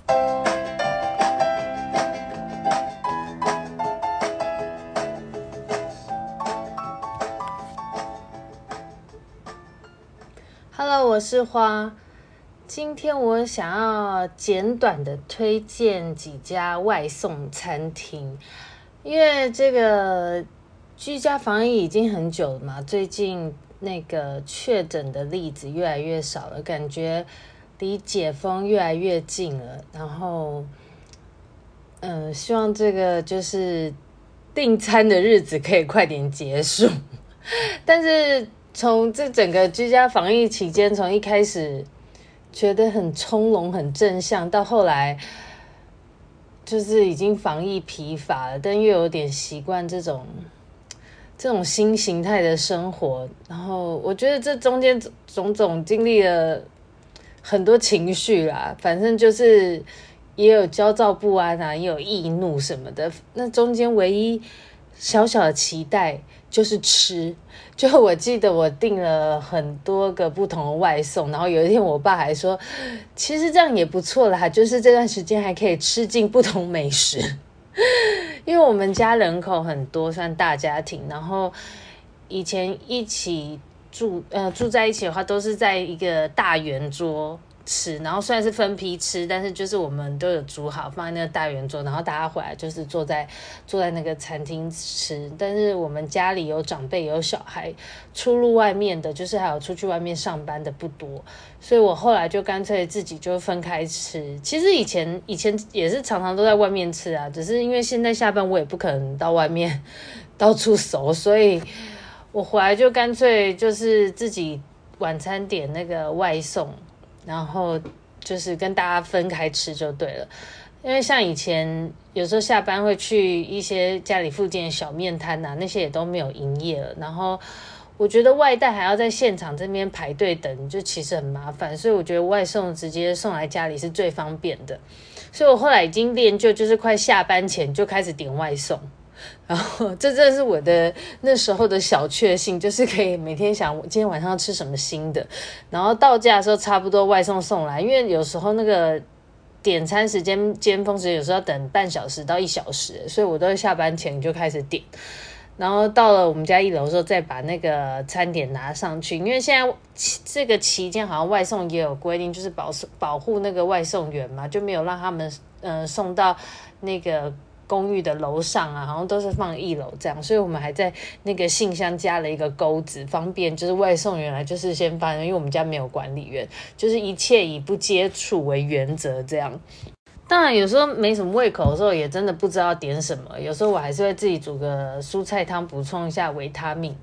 Hello， 我是花。今天我想要简短的推荐几家外送餐厅，因为这个居家防疫已经很久了嘛，最近那个确诊的例子越来越少了，感觉离解封越来越近了。然后，希望这个就是订餐的日子可以快点结束。但是从这整个居家防疫期间，从一开始觉得很从容、很正向，到后来就是已经防疫疲乏了，但又有点习惯这种新形态的生活。然后我觉得这中间种种经历了很多情绪啦，反正就是也有焦躁不安啊，也有易怒什么的。那中间唯一小小的期待就是吃，就我记得我订了很多个不同的外送，然后有一天我爸还说，其实这样也不错啦，就是这段时间还可以吃尽不同美食。因为我们家人口很多，算大家庭，然后以前一起住在一起的话，都是在一个大圆桌吃，然后虽然是分批吃，但是就是我们都有煮好放在那个大圆桌，然后大家回来就是坐在那个餐厅吃。但是我们家里有长辈有小孩，出入外面的，就是还有出去外面上班的不多，所以我后来就干脆自己就分开吃。其实以前也是常常都在外面吃啊，只是因为现在下班我也不可能到外面到处走，所以我回来就干脆就是自己晚餐点那个外送，然后就是跟大家分开吃就对了。因为像以前有时候下班会去一些家里附近的小面摊啊，那些也都没有营业了，然后我觉得外带还要在现场这边排队等，就其实很麻烦，所以我觉得外送直接送来家里是最方便的。所以我后来已经练就，就是快下班前就开始点外送。然后这真的是我的那时候的小确幸，就是可以每天想我今天晚上要吃什么新的，然后到家的时候差不多外送送来，因为有时候那个点餐时间尖峰时间有时候要等半小时到1小时，所以我都会下班前就开始点，然后到了我们家1楼的时候再把那个餐点拿上去。因为现在这个期间好像外送也有规定，就是保护那个外送员嘛，就没有让他们送到那个公寓的楼上啊，好像都是放1楼这样，所以我们还在那个信箱加了一个钩子，方便就是外送员来就是先放，因为我们家没有管理员，就是一切以不接触为原则这样。当然有时候没什么胃口的时候也真的不知道点什么，有时候我还是会自己煮个蔬菜汤补充一下维他命。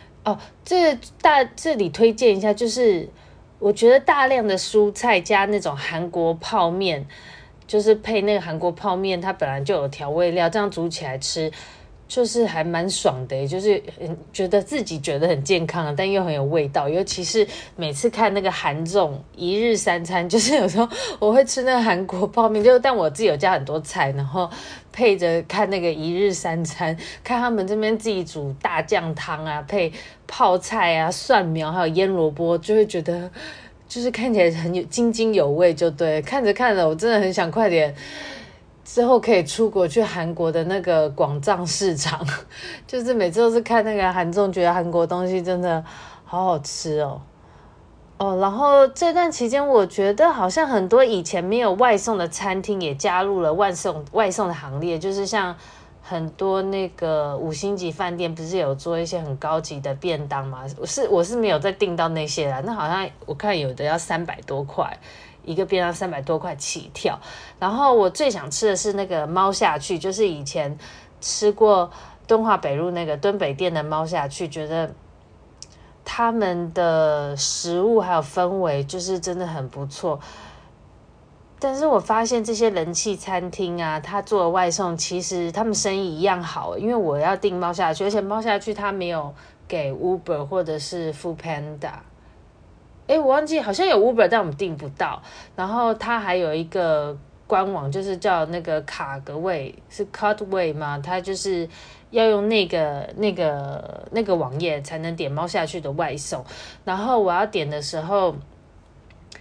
这里推荐一下，就是我觉得大量的蔬菜加那种韩国泡面，就是配那个韩国泡面，它本来就有调味料，这样煮起来吃就是还蛮爽的，就是自己觉得很健康，但又很有味道。尤其是每次看那个韩综一日三餐，就是有时候我会吃那个韩国泡面，但我自己有加很多菜，然后配着看那个一日三餐，看他们这边自己煮大酱汤啊，配泡菜啊、蒜苗还有腌萝卜，就会觉得就是看起来很津津有味，就对。看着看着，我真的很想快点之后可以出国去韩国的那个广藏市场，就是每次都是看那个韩综，觉得韩国东西真的好好吃哦。然后这段期间，我觉得好像很多以前没有外送的餐厅也加入了外送的行列，就是像很多那个5星级饭店不是有做一些很高级的便当吗？我是没有再订到那些啦，那好像我看有的要300多块。一个便当300多块起跳。然后我最想吃的是那个猫下去，就是以前吃过敦化北路那个敦北店的猫下去，觉得他们的食物还有氛围就是真的很不错。但是我发现这些人气餐厅啊，他做的外送其实他们生意一样好，因为我要订猫下去，而且猫下去他没有给 Uber 或者是 Foodpanda。我忘记好像有 Uber， 但我们订不到。然后它还有一个官网，就是叫那个卡格味，是 Cutway 吗？它就是要用那个网页才能点猫下去的外送。然后我要点的时候，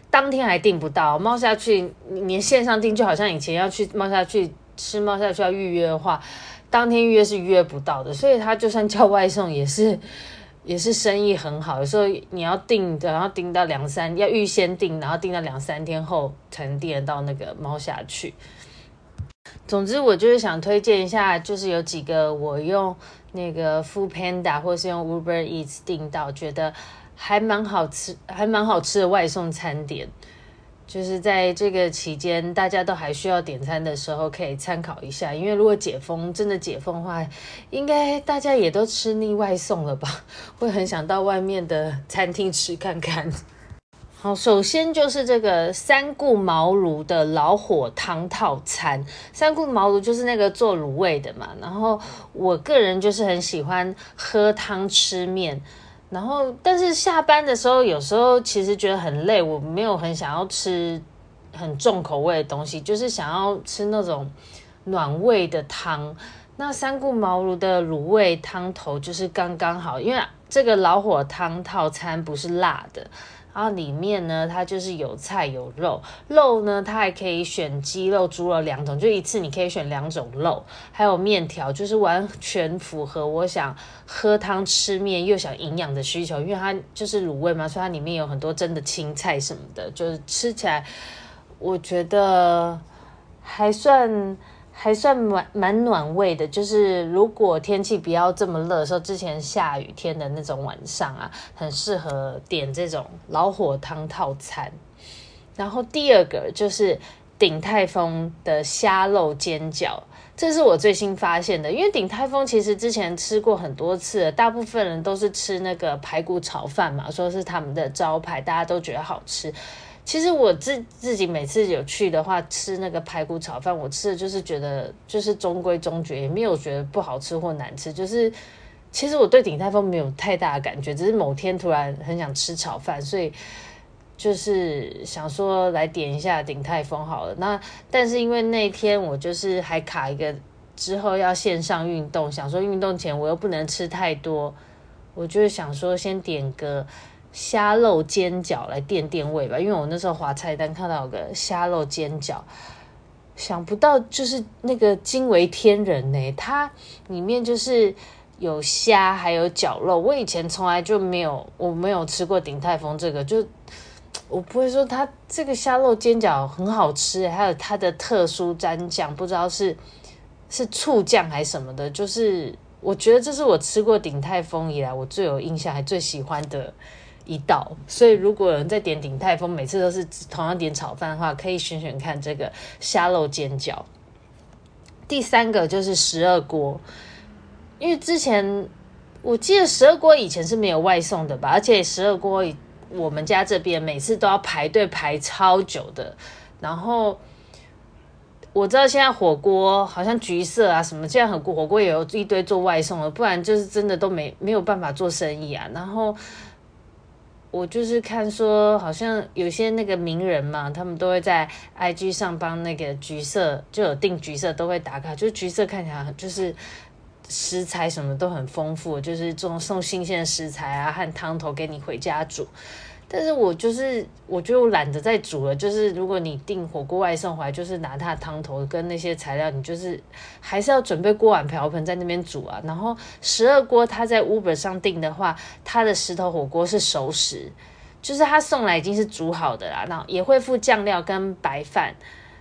当天还订不到，猫下去你线上订就好像以前要去猫下去吃猫下去要预约的话，当天预约是约不到的，所以他就算叫外送也是生意很好，有时候你要订的，然后订到要预先订，然后订到2-3天后才能订得到那个猫下去。总之，我就是想推荐一下，就是有几个我用那个 Food Panda 或是用 Uber Eats 订到，觉得还蛮好吃的外送餐点。就是在这个期间，大家都还需要点餐的时候，可以参考一下。因为如果真的解封的话，应该大家也都吃腻外送了吧？会很想到外面的餐厅吃看看。好，首先就是这个三顾茅庐的老火汤套餐。三顾茅庐就是那个做卤味的嘛，然后我个人就是很喜欢喝汤吃面。然后，但是下班的时候，有时候其实觉得很累，我没有很想要吃很重口味的东西，就是想要吃那种暖胃的汤。那三顾茅庐的卤味汤头就是刚刚好，因为这个老火汤套餐不是辣的，然后里面呢，它就是有菜有肉，肉呢它还可以选鸡肉、猪肉2种，就一次你可以选2种肉，还有面条，就是完全符合我想喝汤吃面又想营养的需求，因为它就是卤味嘛，所以它里面有很多真的青菜什么的，就是吃起来我觉得还算蛮暖胃的，就是如果天气不要这么热的时候，之前下雨天的那种晚上啊，很适合点这种老火汤套餐。然后第二个就是鼎泰丰的虾肉煎饺，这是我最新发现的，因为鼎泰丰其实之前吃过很多次了，大部分人都是吃那个排骨炒饭嘛，说是他们的招牌，大家都觉得好吃。其实我自己每次有去的话，吃那个排骨炒饭，我吃的就是觉得就是中规中矩，也没有觉得不好吃或难吃。就是其实我对鼎泰丰没有太大的感觉，只是某天突然很想吃炒饭，所以就是想说来点一下鼎泰丰好了。那但是因为那天我就是还卡一个之后要线上运动，想说运动前我又不能吃太多，我就是想说先点个虾肉煎饺来垫胃吧，因为我那时候滑菜单看到有个虾肉煎饺，想不到就是那个惊为天人呢，它里面就是有虾还有绞肉，我以前从来就没有吃过鼎泰丰这个，就我不会说它这个虾肉煎饺很好吃，还有它的特殊蘸酱，不知道是醋酱还是什么的，就是我觉得这是我吃过鼎泰丰以来我最有印象还最喜欢的一道，所以如果有人在点鼎泰丰每次都是同样点炒饭的话，可以选选看这个虾肉煎饺。第三个就是12锅，因为之前我记得12锅以前是没有外送的吧，而且12锅我们家这边每次都要排队排超久的，然后我知道现在火锅好像橘色啊什么，现在火锅也有一堆做外送了，不然就是真的都没有办法做生意啊。然后我就是看说，好像有些那个名人嘛，他们都会在 IG 上帮那个橘色，就有订橘色都会打卡，就是橘色看起来就是食材什么都很丰富，就是这种送新鲜的食材啊和汤头给你回家煮。但是我觉得我懒得再煮了，就是如果你订火锅外送回来，就是拿它的汤头跟那些材料，你就是还是要准备锅碗瓢盆在那边煮啊。然后12锅它在 Uber 上订的话，它的石头火锅是熟食，就是它送来已经是煮好的啦，然后也会附酱料跟白饭。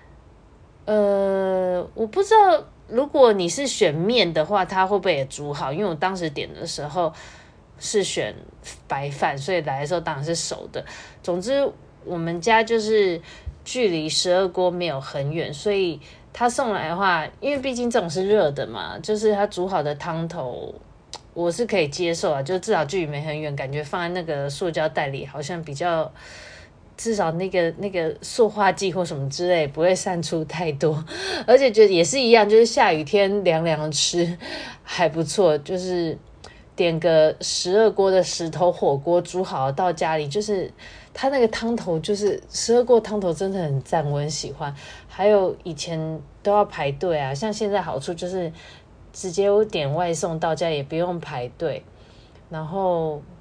我不知道如果你是选面的话，它会不会也煮好？因为我当时点的时候是选白饭，所以来的时候当然是熟的。总之我们家就是距离12锅没有很远，所以他送来的话，因为毕竟这种是热的嘛，就是他煮好的汤头我是可以接受啊，就至少距离没很远，感觉放在那个塑胶袋里好像比较至少那个塑化剂或什么之类不会散出太多，而且觉得也是一样，就是下雨天凉凉的吃还不错，就是点个12锅的石头火锅煮好到家里，就是它那个汤头，就是12锅汤头真的很赞，我很喜欢。还有以前都要排队啊，像现在好处就是直接点外送到家也不用排队，然后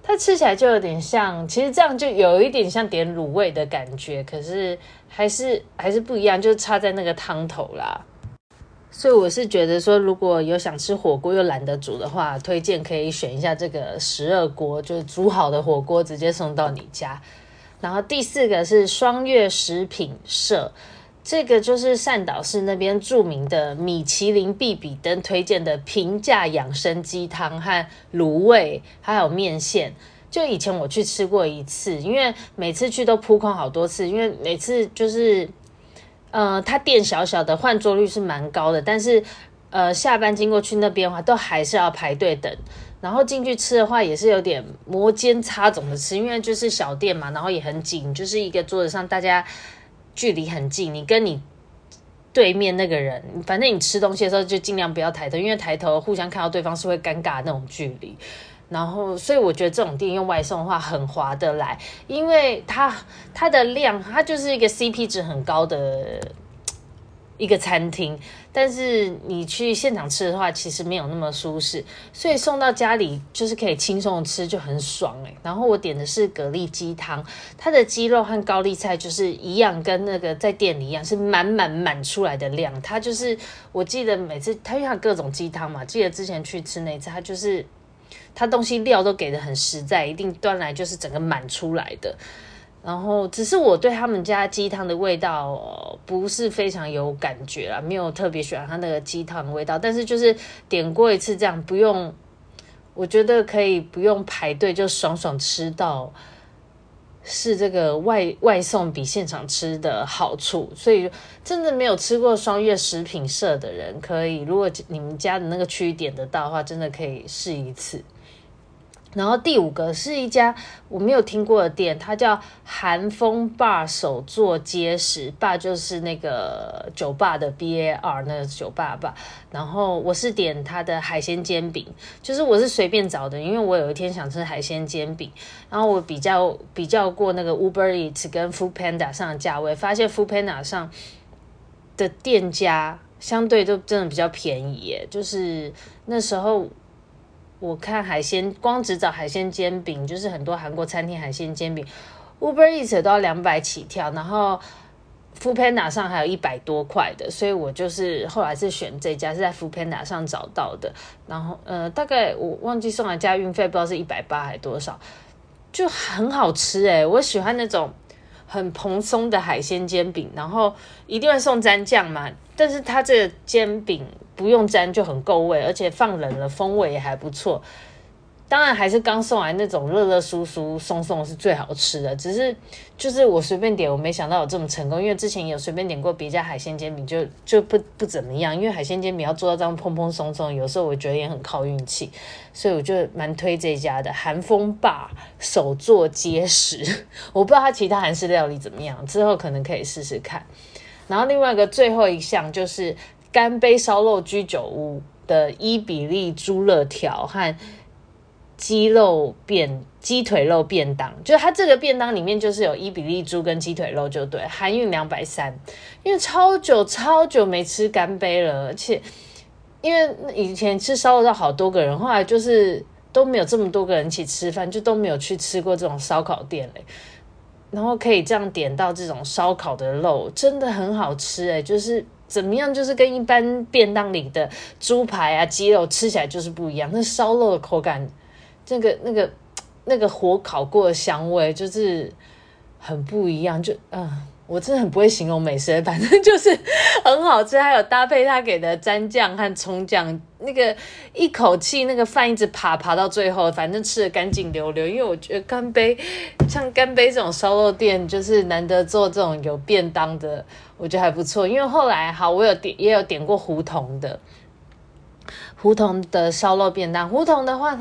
它吃起来就有点像，其实这样就有一点像点卤味的感觉，可是还是不一样，就是差在那个汤头啦。所以我是觉得说，如果有想吃火锅又懒得煮的话，推荐可以选一下这个12锅，就是煮好的火锅直接送到你家。然后第4个是双月食品社，这个就是善导市那边著名的米其林必比登推荐的平价养生鸡汤和卤味，还有面线。就以前我去吃过一次，因为每次去都扑空好多次，因为每次就是它店小小的，换桌率是蛮高的，但是下班经过去那边的话，都还是要排队等。然后进去吃的话，也是有点摩肩擦踵的吃，因为就是小店嘛，然后也很紧，就是一个桌子上大家距离很近，你跟你对面那个人，反正你吃东西的时候就尽量不要抬头，因为抬头互相看到对方是会尴尬的那种距离。然后，所以我觉得这种店用外送的话很划得来，因为它的量，它就是一个 CP 值很高的一个餐厅，但是你去现场吃的话，其实没有那么舒适，所以送到家里就是可以轻松吃，就很爽然后我点的是蛤蜊鸡汤，它的鸡肉和高丽菜就是一样，跟那个在店里一样，是满出来的量。它就是我记得每次它因为它各种鸡汤嘛，记得之前去吃那次，它就是它东西料都给的很实在，一定端来就是整个满出来的。然后只是我对他们家鸡汤的味道不是非常有感觉啦，没有特别喜欢它那个鸡汤的味道，但是就是点过一次这样不用，我觉得可以不用排队就爽爽吃到，是这个外送比现场吃的好处。所以真的没有吃过双月食品社的人，可以如果你们家的那个区域点得到的话，真的可以试一次。然后第5个是一家我没有听过的店，它叫韩风 bar 手作结实 bar， 就是那个酒吧的 BAR 那个酒吧吧。然后我是点它的海鲜煎饼，就是我是随便找的，因为我有一天想吃海鲜煎饼，然后我比较过那个 Uber Eats 跟 Foodpanda 上的价位，发现 Foodpanda 上的店家相对都真的比较便宜耶，就是那时候。我看海鲜，光只找海鲜煎饼，就是很多韩国餐厅海鲜煎饼 ，Uber Eats 都要200起跳，然后 Foodpanda 上还有100多块的，所以我就是后来是选这家，是在 Foodpanda 上找到的。然后大概我忘记送来加运费，不知道是180还多少，就很好吃我喜欢那种很蓬松的海鲜煎饼，然后一定会送蘸酱嘛，但是它这个煎饼不用沾就很够味，而且放冷了风味也还不错。当然还是刚送来那种热热酥酥松松是最好吃的，只是就是我随便点，我没想到有这么成功，因为之前有随便点过别家海鲜煎饼就不怎么样，因为海鲜煎饼要做到这样蓬蓬松松，有时候我觉得也很靠运气，所以我就蛮推这家的韩风bar手作结实。我不知道它其他韩式料理怎么样，之后可能可以试试看。然后另外一个最后一项就是干杯烧肉居酒屋的伊比利猪肋条和鸡腿肉便当，就是它这个便当里面就是有伊比利猪跟鸡腿肉，就对，含运230。因为超久没吃干杯了，而且因为以前吃烧肉到好多个人，后来就是都没有这么多个人一起吃饭，就都没有去吃过这种烧烤店嘞。然后可以这样点到这种烧烤的肉，真的很好吃就是怎么样，就是跟一般便当里的猪排啊、鸡肉吃起来就是不一样。那烧肉的口感，那个火烤过的香味，就是很不一样。我真的很不会形容美食，反正就是很好吃，还有搭配他给的蘸酱和葱酱，那个一口气那个饭一直爬到最后，反正吃得干净溜溜。因为我觉得像干杯这种烧肉店，就是难得做这种有便当的，我觉得还不错。因为后来我也有点过胡同的烧肉便当，胡同的话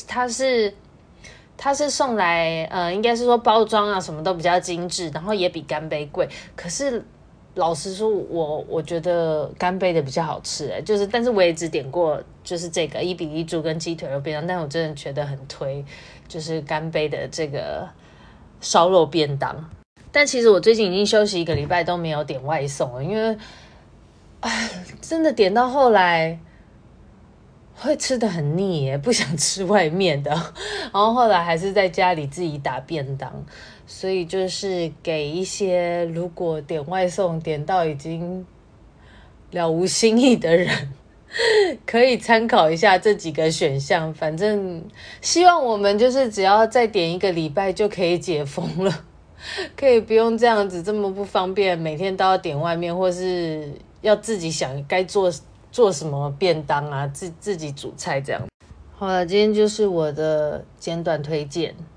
它是送来应该是说包装啊什么都比较精致，然后也比干杯贵。可是老实说我觉得干杯的比较好吃但是我也只点过就是这个伊比利猪跟鸡腿肉便当，但我真的觉得很推就是干杯的这个烧肉便当。但其实我最近已经休息1个礼拜都没有点外送了，因为真的点到后来会吃得很腻耶，不想吃外面的，然后后来还是在家里自己打便当，所以就是给一些如果点外送点到已经了无新意的人，可以参考一下这几个选项。反正希望我们就是只要再点1个礼拜就可以解封了，可以不用这样子这么不方便，每天都要点外面，或是要自己想该做什么便当啊，自己煮菜这样。好了，今天就是我的简短推荐。